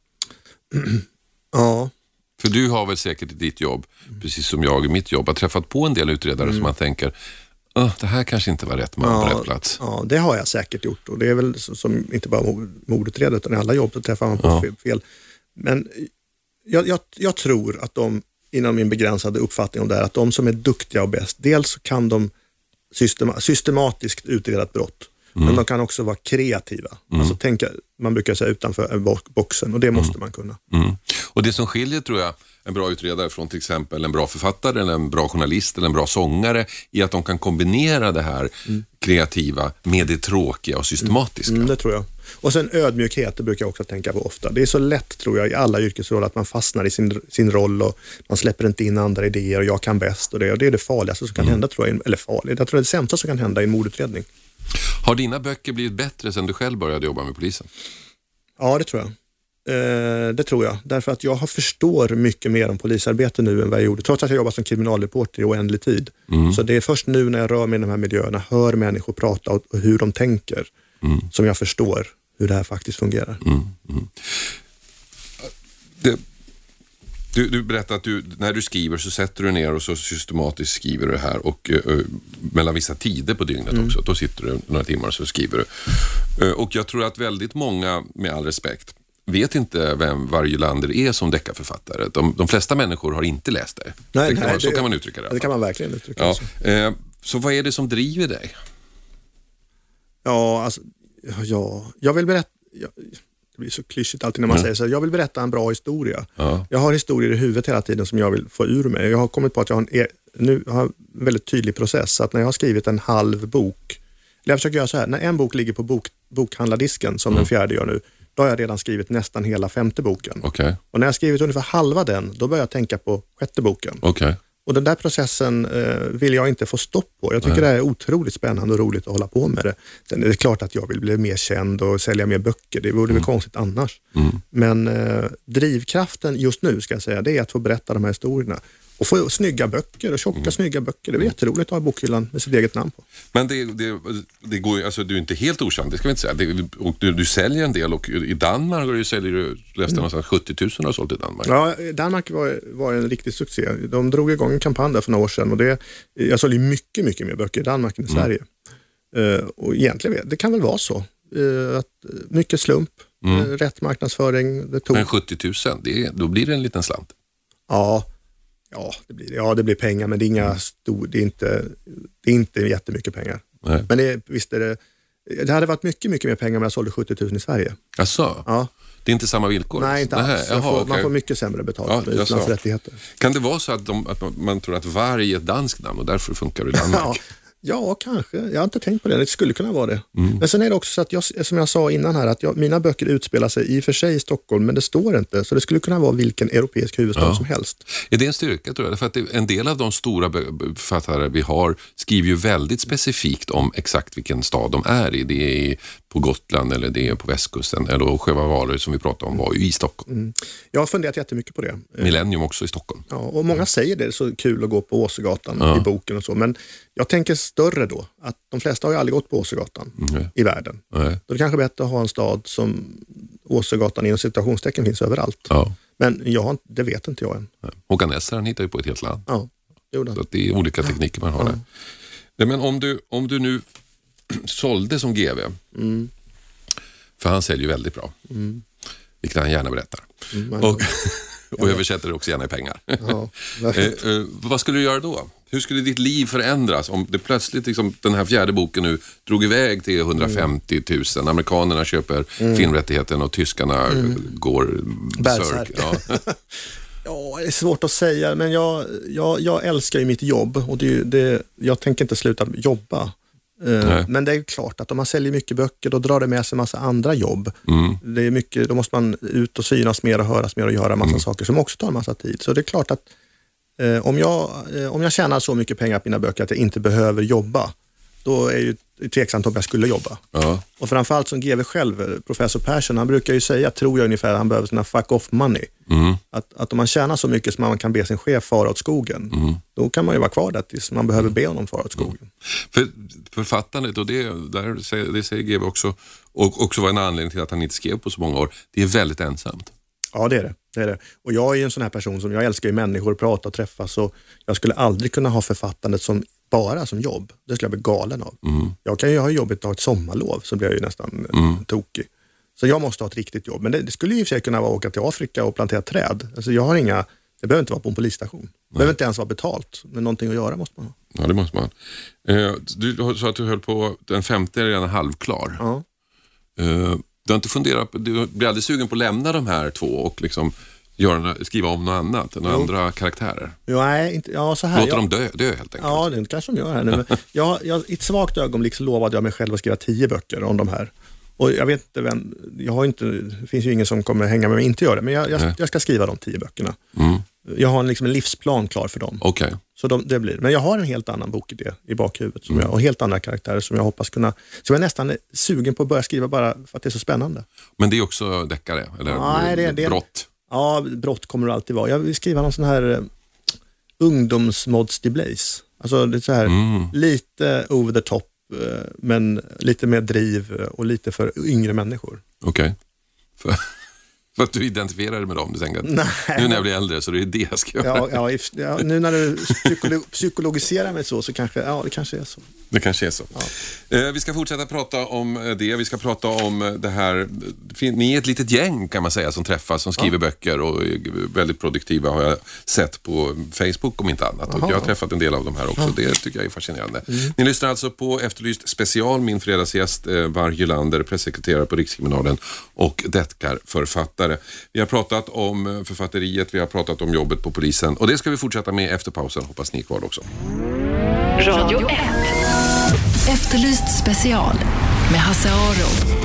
Ja. För du har väl säkert i ditt jobb, mm. precis som jag i mitt jobb, har träffat på en del utredare mm. som man tänker, det här kanske inte var rätt man ja, på rätt plats. Ja, det har jag säkert gjort. Och det är väl som inte bara mordutredare utan i alla jobb så träffar man på ja. fel. Men jag, jag, jag tror att de, inom min begränsade uppfattning om det här, att de som är duktiga och bäst, dels kan de systema, systematiskt utreda ett brott. Mm. Men de kan också vara kreativa. Mm. Alltså tänka, man brukar säga utanför boxen och det måste mm. man kunna. Mm. Och det som skiljer tror jag en bra utredare från till exempel en bra författare eller en bra journalist eller en bra sångare är att de kan kombinera det här mm. kreativa med det tråkiga och systematiska. Mm, det tror jag. Och sen ödmjukhet, det brukar jag också tänka på ofta. Det är så lätt tror jag i alla yrkesroller att man fastnar i sin, sin roll och man släpper inte in andra idéer och jag kan bäst och det, och det är det farligaste som kan mm. hända tror jag, eller farligt, jag tror det är det sämsta som kan hända i en mordutredning. Har dina böcker blivit bättre sedan du själv började jobba med polisen? Ja, det tror jag. Eh, det tror jag. Därför att jag har förstår mycket mer om polisarbete nu än vad jag gjorde. Trots att jag jobbat som kriminalreporter i oändlig tid. Mm. Så det är först nu när jag rör mig i de här miljöerna, hör människor prata och, och hur de tänker, mm. som jag förstår hur det här faktiskt fungerar. Mm. Mm. Det, du, du berättade att du, när du skriver så sätter du ner och så systematiskt skriver du det här och uh, mellan vissa tider på dygnet mm. också. Då sitter du några timmar och så skriver du. Uh, och jag tror att väldigt många, med all respekt, vet inte vem Vargelander är som deckarförfattare. De, de flesta människor har inte läst det. Nej, det, kan nej, man, så det, kan man uttrycka det. Det kan man verkligen uttrycka. Ja, så. Eh, så vad är det som driver dig? Ja, alltså, ja, jag vill berätta, jag, det blir så klyschigt alltid när man mm. säger så, jag vill berätta en bra historia. Ja. Jag har historier i huvudet hela tiden som jag vill få ur mig. Jag har kommit på att jag har en, nu har en väldigt tydlig process, så att när jag har skrivit en halv bok, eller jag försöker göra så här, när en bok ligger på bok, bokhandlardisken som mm. den fjärde gör nu, då har jag redan skrivit nästan hela femte boken. Okay. Och när jag har skrivit ungefär halva den, då börjar jag tänka på sjätte boken. Okay. Och den där processen eh, vill jag inte få stopp på. Jag tycker Nej. det är otroligt spännande och roligt att hålla på med det. Sen är det klart att jag vill bli mer känd och sälja mer böcker. Det vore mm. väl konstigt annars. Mm. Men eh, drivkraften just nu, ska jag säga, det är att få berätta de här historierna. Och få snygga böcker och tjocka mm. snygga böcker. Det är jätteroligt att ha bokhyllan med sitt eget namn på. Men det, det, det går ju, alltså du är inte helt okänd, det ska vi inte säga. Det, och du, du säljer en del, och i Danmark du säljer du, läste mm. någonstans sjuttio tusen har sålt i Danmark. Ja, Danmark var, var en riktig succé. De drog igång en kampanj där för några år sedan, och det, jag sålde mycket, mycket mer böcker i Danmark än i mm. Sverige. Uh, och egentligen, det kan väl vara så. Uh, att, mycket slump, mm. uh, rätt marknadsföring. Det tog... Men sjuttio tusen, det, då blir det en liten slant. Ja, Ja det, blir, ja, det blir pengar, men det är, inga stor, det är, inte, det är inte jättemycket pengar. Nej. Men det, visst är det, det hade varit mycket, mycket mer pengar om jag sålde sjuttio tusen i Sverige. Asså? Ja. Det är inte samma villkor? Nej, inte alls. Nähe, jaha, får, okay. Man får mycket sämre betalt ja, för utlandsrättigheter. Kan det vara så att, de, att man tror att varg är ett danskt namn och därför funkar det i Danmark? Ja. Ja, kanske. Jag har inte tänkt på det. Det skulle kunna vara det. Mm. Men sen är det också så att jag, som jag sa innan här, att jag, mina böcker utspelar sig i och för sig i Stockholm, men det står inte. Så det skulle kunna vara vilken europeisk huvudstad ja. som helst. Är det en styrka, tror jag? För att det, en del av de stora författare vi har skriver ju väldigt specifikt om exakt vilken stad de är i. Det är på Gotland eller det är på västkusten. Eller Sjöva Valö som vi pratade om var ju i Stockholm. Mm. Jag har funderat jättemycket på det. Millennium också i Stockholm. Ja, och många säger det. Det är så kul att gå på Åsegatan ja. i boken och så. Men jag tänker större då. Att de flesta har ju aldrig gått på Åsegatan mm. i världen. Mm. Då är det kanske bättre att ha en stad som Åsegatan inom situationstecken finns överallt. Ja. Men jag, det vet inte jag än. Håkan Nesser, han hittar ju på ett helt land. Ja, det gjorde han. Så att det är olika tekniker man har ja. där. Nej, men om du, om du nu sålde som G V, mm. för han säljer ju väldigt bra, mm. vilket han gärna berättar. Mm, och och översätter det också gärna i pengar. Ja, eh, eh, vad skulle du göra då? Hur skulle ditt liv förändras om det plötsligt, liksom, den här fjärde boken nu drog iväg till hundrafemtio tusen. Amerikanerna köper mm. filmrättigheten och tyskarna mm. går berserk. Ja. Ja, det är svårt att säga, men jag, jag, jag älskar ju mitt jobb och det, det, jag tänker inte sluta jobba. Uh, men det är klart att om man säljer mycket böcker, då drar det med sig en massa andra jobb. Mm. Det är mycket, då måste man ut och synas mer och höras mer och göra en massa mm. saker som också tar en massa tid. Så det är klart att uh, om, jag, uh, om jag tjänar så mycket pengar på mina böcker att jag inte behöver jobba, då är ju tveksamt om jag skulle jobba. Uh. Och framförallt som G V själv, professor Persson, han brukar ju säga, tror jag ungefär, han behöver såna fuck off money. Mm. Att, att om man tjänar så mycket som man kan be sin chef fara åt skogen, mm. då kan man ju vara kvar där tills man behöver be honom fara åt skogen. Mm. För författandet, och det, där, det säger G V också, och också var en anledning till att han inte skrev på så många år, det är väldigt ensamt. Ja, det är det. det är det. Och jag är ju en sån här person som, jag älskar ju människor, prata och träffas, och jag skulle aldrig kunna ha författandet som bara som jobb. Det skulle jag bli galen av. Mm. Jag kan ju ha jobbet och ha ett sommarlov, så blir jag ju nästan mm. tokig. Så jag måste ha ett riktigt jobb. Men det, det skulle ju i och för sig kunna vara att åka till Afrika och plantera träd. Alltså jag har inga, det behöver inte vara på en polisstation. Det behöver inte ens vara betalt. Men någonting att göra måste man ha. Ja, det måste man. Eh, du sa att du höll på, den femte är redan halvklar. Ja. Eh, du har inte funderat, du blir aldrig sugen på att lämna de här två och liksom göra, skriva om något annat, några andra karaktärer? Jo, nej, inte, ja, så här. Låter jag, de dö, dö helt enkelt? Ja, det kanske de gör här nu. jag, jag, I ett svagt ögonblick så lovade jag mig själv att skriva tio böcker om de här. Och jag vet inte vem, jag har inte, det finns ju ingen som kommer hänga med mig och inte göra det, men jag, jag, jag ska skriva de tio böckerna. Mm. Jag har en, liksom en livsplan klar för dem. Okay. Så de, det blir. Men jag har en helt annan bokidé i bakhuvudet som mm. jag, och helt andra karaktärer som jag hoppas kunna, så jag är nästan sugen på att börja skriva bara för att det är så spännande. Men det är också deckare, eller Nej, det, det, brott? Ja, brott kommer det alltid vara. Jag vill skriva någon sån här uh, ungdomsmods Blaze. Alltså det är så här mm. lite over the top, uh, men lite mer driv och lite för yngre människor. Okej. Okay. För att du identifierar dig med dem, du tänker att Nej. nu när jag blir äldre så det är det jag ska göra. Ja, ja, if, ja, nu när du psykolo- psykologiserar mig så, så kanske, ja, det kanske är så. Det kanske är så. Ja. Eh, vi ska fortsätta prata om det. Vi ska prata om det här. Ni är ett litet gäng kan man säga som träffas, som skriver ja. böcker och är väldigt produktiva har jag sett på Facebook om inte annat. Aha. Och jag har träffat en del av de här också. Ja. Det tycker jag är fascinerande. Mm. Ni lyssnar alltså på Efterlyst special. Min fredagsgäst eh, Var Gylander, pressekreterare på Rikskriminalen och deckarförfattare. Vi har pratat om författeriet, vi har pratat om jobbet på polisen och det ska vi fortsätta med efter pausen. Hoppas ni är kvar också. Radio ett. Efterlyst special med Hasse Aro.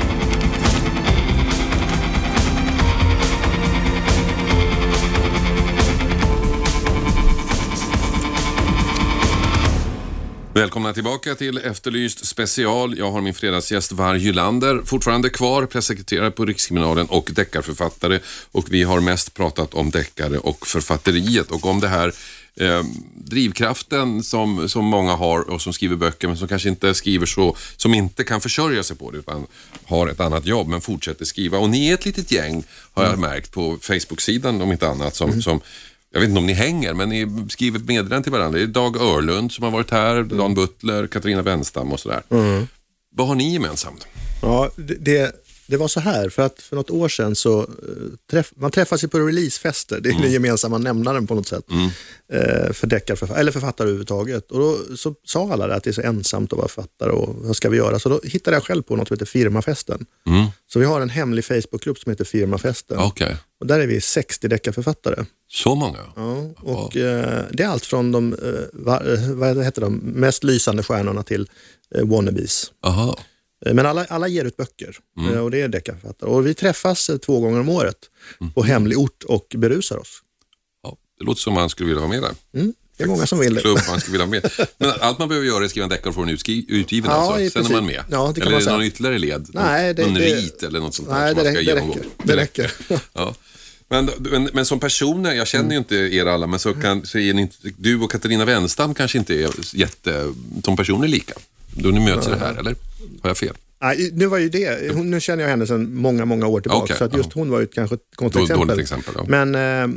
Välkomna tillbaka till Efterlyst special. Jag har min fredagsgäst Var Gylander fortfarande kvar, pressekreterare på Rikskriminalen och deckarförfattare. Och vi har mest pratat om deckare och författeriet och om det här eh, drivkraften som, som många har och som skriver böcker men som kanske inte skriver så, som inte kan försörja sig på det utan har ett annat jobb men fortsätter skriva. Och ni är ett litet gäng har jag märkt på Facebook-sidan om inte annat som, mm. som jag vet inte om ni hänger, men ni skriver meddelanden till varandra. Det är Dag Örlund som har varit här, mm. Dan Butler, Katarina Wenstam och sådär. Mm. Vad har ni gemensamt? Ja, det, det var så här. För att för något år sedan så träff, man träffas ju på releasefester. Det är mm. den gemensamma nämnaren på något sätt. Mm. Eh, för deckarförfattare, eller författare överhuvudtaget. Och då så sa alla det att det är så ensamt att vara författare och vad ska vi göra? Så då hittade jag själv på något som heter Firmafesten. Mm. Så vi har en hemlig Facebookgrupp som heter Firmafesten. Okay. Och där är vi sextio deckarförfattare. Så många? Ja, och eh, det är allt från de, eh, va, vad heter de mest lysande stjärnorna till eh, wannabes. Aha. Men alla, alla ger ut böcker mm. och det är deckarförfattare. Och vi träffas två gånger om året mm. på hemlig ort och berusar oss. Ja, det låter som man skulle vilja vara med där. Mm. Det är många som vill det. Klubb man skulle vilja vara med. Men allt man behöver göra är skriva en deckare och få den utskri- utgiven. Ja, alltså. Sen är man med. Ja, det kan eller man är det någon ytterligare led? Nej, det, någon det, rit eller något sånt där nej, som man ska det, genomgå. Räcker. Det räcker. Det räcker. Ja. Men, men, men som personer, jag känner ju inte er alla, men så, kan, så är ni inte, du och Katarina Wenstam kanske inte är jätte, som personer lika. Då ni möts ja. det här, eller? Har jag fel? Nej, nu var ju det, hon, nu känner jag henne sedan många, många år tillbaka. Okay, så att just ja. hon var ju kanske ett kontraexempel. exempel. Ja. Men eh,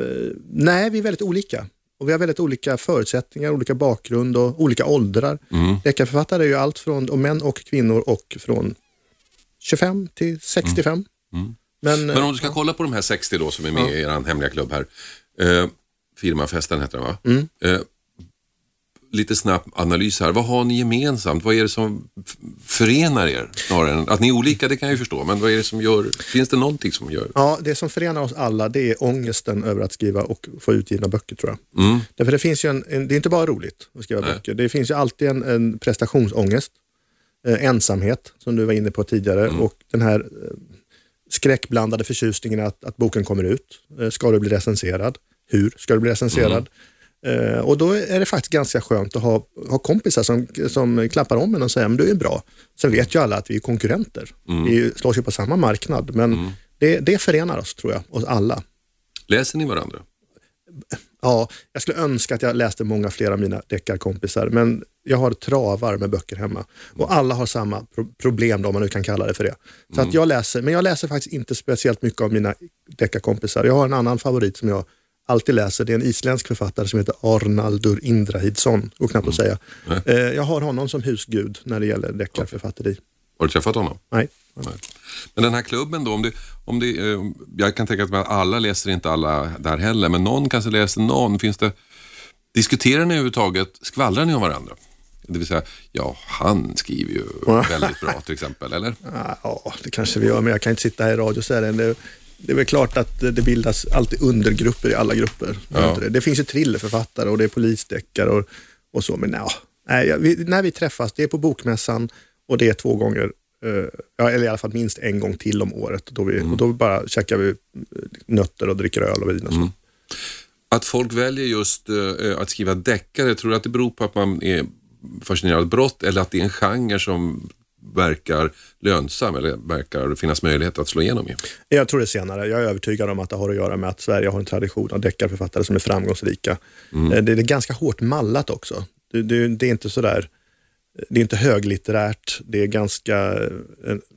nej, vi är väldigt olika. Och vi har väldigt olika förutsättningar, olika bakgrund och olika åldrar. Mm. Deckarförfattare är ju allt från och män och kvinnor och från tjugofem till sextiofem. Mm. Mm. Men, Men om du ska ja. kolla på de här sextio då som är med ja. i er hemliga klubb här. Eh, Firmafesten heter den va? Mm. Eh, lite snabb analys här. Vad har ni gemensamt? Vad är det som f- förenar er? Snarare än, att ni är olika, det kan jag ju förstå. Men vad är det som gör, finns det någonting som gör? Ja, det som förenar oss alla det är ångesten över att skriva och få utgivna böcker tror jag. Mm. Därför det finns ju en, en, det är inte bara roligt att skriva Nej. böcker. Det finns ju alltid en, en prestationsångest. Eh, ensamhet, som du var inne på tidigare. Mm. Och den här eh, skräckblandade förtjusningen att, att boken kommer ut. Eh, ska du bli recenserad? Hur ska du bli recenserad? Mm. Uh, och då är det faktiskt ganska skönt att ha, ha kompisar som, som klappar om en och säger men du är bra. Sen vet ju alla att vi är konkurrenter. Mm. Vi slås ju på samma marknad. Men mm. det, det förenar oss tror jag, oss alla. Läser ni varandra? Ja, jag skulle önska att jag läste många fler av mina deckarkompisar. Men jag har travar med böcker hemma. Och alla har samma pro- problem då, om man nu kan kalla det för det. Så mm. att jag läser, men jag läser faktiskt inte speciellt mycket av mina deckarkompisar. Jag har en annan favorit som jag alltid läser. Det är en isländsk författare som heter Arnaldur Indrahidsson, och knappt att säga. Eh, jag har honom som husgud när det gäller deckarförfatteri. Okay. Har du träffat honom? Nej. Nej. Men den här klubben då, om det, om det, eh, jag kan tänka att alla läser inte alla där heller, men någon kanske läser någon. Finns det, diskuterar ni överhuvudtaget, skvallrar ni om varandra? Det vill säga, ja, han skriver ju väldigt bra till exempel, eller? Ja, det kanske vi gör, men jag kan inte sitta här i radio och säga det. Det är väl klart att det bildas alltid undergrupper i alla grupper. Ja. Det. det finns ju thrillerförfattare och det är polisdeckare och, och så, men ja, nej, vi, när vi träffas, det är på bokmässan och det är två gånger, eh, ja, eller i alla fall minst en gång till om året. Då vi, mm. och då bara käkar vi nötter och dricker öl och vin och så. Mm. Att folk väljer just eh, att skriva deckare, tror du att det beror på att man är fascinerad av brott eller att det är en genre som verkar lönsam eller verkar finnas möjlighet att slå igenom i? Jag tror det senare. Jag är övertygad om att det har att göra med att Sverige har en tradition av deckarförfattare som är framgångsrika. Mm. Det är ganska hårt mallat också. Det, det, det är inte sådär, det är inte höglitterärt. Det är ganska,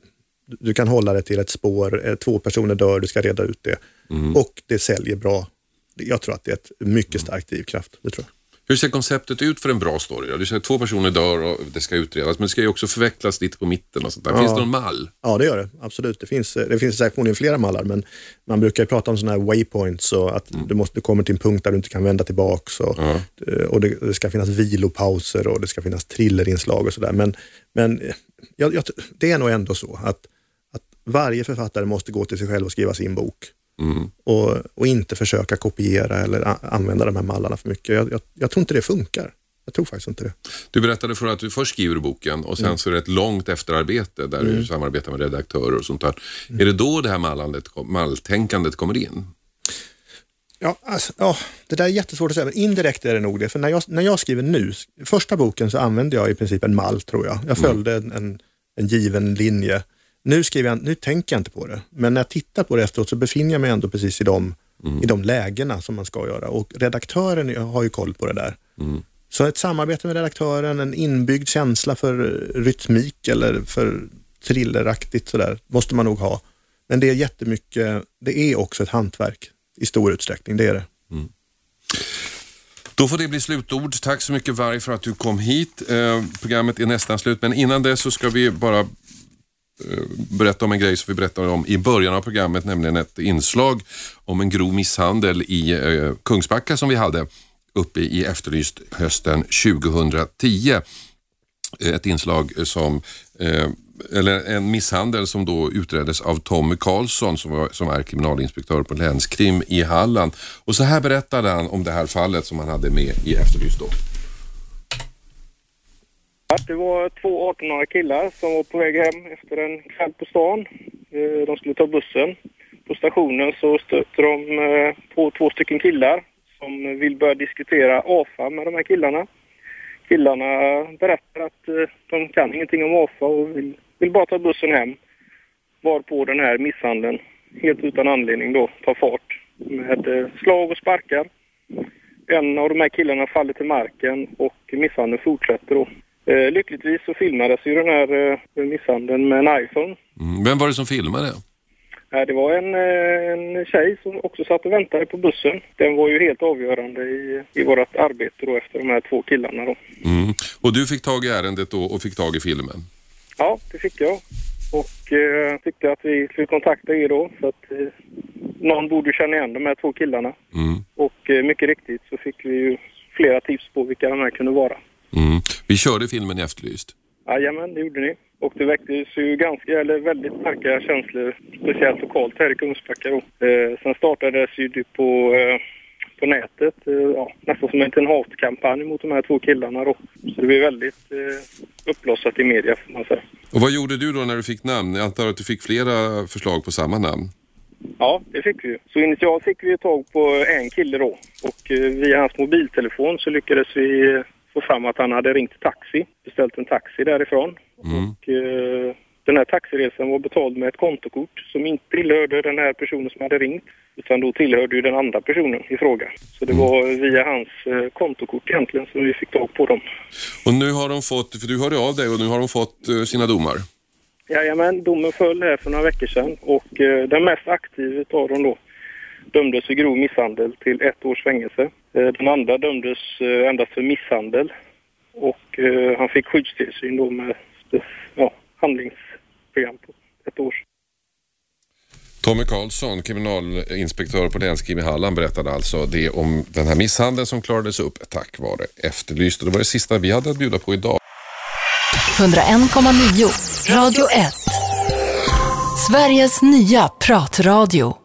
du kan hålla det till ett spår, två personer dör, du ska reda ut det. Mm. Och det säljer bra. Jag tror att det är ett mycket starkt drivkraft, det tror jag. Hur ser konceptet ut för en bra story då? Du säger att två personer dör och det ska utredas, men det ska ju också förvecklas lite på mitten och sånt där. Finns ja. det någon mall? Ja, det gör det. Absolut. Det finns, det finns säkert flera mallar, men man brukar ju prata om sådana här waypoints och att mm. du, måste, du kommer till en punkt där du inte kan vända tillbaks och, ja. och det, det ska finnas vilopauser och det ska finnas thrillerinslag och sådär. Men, men jag, jag, det är nog ändå så att, att varje författare måste gå till sig själv och skriva sin bok. Mm. Och, och inte försöka kopiera eller a- använda de här mallarna för mycket. Jag, jag, jag tror inte det funkar. Jag tror faktiskt inte det. Du berättade för att du först skriver boken och sen mm. så är det ett långt efterarbete där mm. du samarbetar med redaktörer och sånt där. Mm. Är det då det här mallandet, malltänkandet kommer in? Ja, alltså, ja, det där är jättesvårt att säga, men indirekt är det nog det. För när jag, när jag skriver nu, första boken så använde jag i princip en mall, tror jag. Jag följde mm. en, en given linje. Nu skriver jag, nu tänker jag inte på det. Men när jag tittar på det efteråt så befinner jag mig ändå precis i de, mm. i de lägena som man ska göra. Och redaktören har ju koll på det där. Mm. Så ett samarbete med redaktören, en inbyggd känsla för rytmik eller för thrilleraktigt sådär, måste man nog ha. Men det är jättemycket, det är också ett hantverk i stor utsträckning, det är det. Mm. Då får det bli slutord. Tack så mycket Varg för att du kom hit. Eh, programmet är nästan slut, men innan det så ska vi bara berätta om en grej som vi berättade om i början av programmet, nämligen ett inslag om en grov misshandel i eh, Kungsbacka som vi hade uppe i Efterlyst hösten tjugohundratio. Ett inslag som eh, eller en misshandel som då utreddes av Tommy Karlsson som, var, som är kriminalinspektör på Länskrim i Halland. Och så här berättade han om det här fallet som han hade med i Efterlyst då. Det var två arton-åriga killar som var på väg hem efter en kväll på stan. De skulle ta bussen. På stationen så stötte de på två stycken killar som vill börja diskutera A F A med de här killarna. Killarna berättar att de kan ingenting om A F A och vill, vill bara ta bussen hem. Varpå den här misshandeln, helt utan anledning då, tar fart med slag och sparkar. En av de här killarna faller till marken och misshandeln fortsätter då. Eh, lyckligtvis så filmades ju den här eh, misshandeln med en iPhone. Mm. Vem var det som filmade? Eh, det var en, eh, en tjej som också satt och väntade på bussen. Den var ju helt avgörande i, i vårt arbete då efter de här två killarna då. Mm. Och du fick tag i ärendet då och fick tag i filmen? Ja, det fick jag. Och eh, tyckte att vi skulle kontakta er då för att eh, någon borde känna igen de här två killarna. Mm. Och eh, mycket riktigt så fick vi ju flera tips på vilka de här kunde vara. Mm. Vi körde filmen i Efterlyst. Jajamän, det gjorde ni. Och det väcktes ju ganska, eller väldigt starka känslor, speciellt lokalt här i Kungsbacka då. Eh, sen startades ju det på, eh, på nätet, eh, ja, nästan som en liten hatkampanj mot de här två killarna då. Så det blev väldigt eh, upplossat i media får man säga. Och vad gjorde du då när du fick namn? Jag antar att du fick flera förslag på samma namn. Ja, det fick vi ju. Så initialt fick vi tag på en kille då. Och eh, via hans mobiltelefon så lyckades vi eh, få fram att han hade ringt taxi, beställt en taxi därifrån. Mm. Och eh, den här taxiresan var betald med ett kontokort som inte tillhörde den här personen som hade ringt, utan då tillhörde ju den andra personen i fråga. Så det var via hans eh, kontokort egentligen som vi fick tag på dem. Och nu har de fått, för du hörde av dig och nu har de fått eh, sina domar? Jajamän, domen föll här för några veckor sedan och eh, den mest aktiva av dem då dömdes för grov misshandel till ett års fängelse. Eh, den andra dömdes eh, endast för misshandel och eh, han fick skyddstillsyn då med ja, handlingsprogram på ett år. Tommy Karlsson, kriminalinspektör på Länskrim i Halland, berättade alltså det om den här misshandeln som klarades upp tack vare Efterlyst. Och det var det sista vi hade att bjuda på idag. hundraen komma nio Radio ett. Sveriges nya pratradio.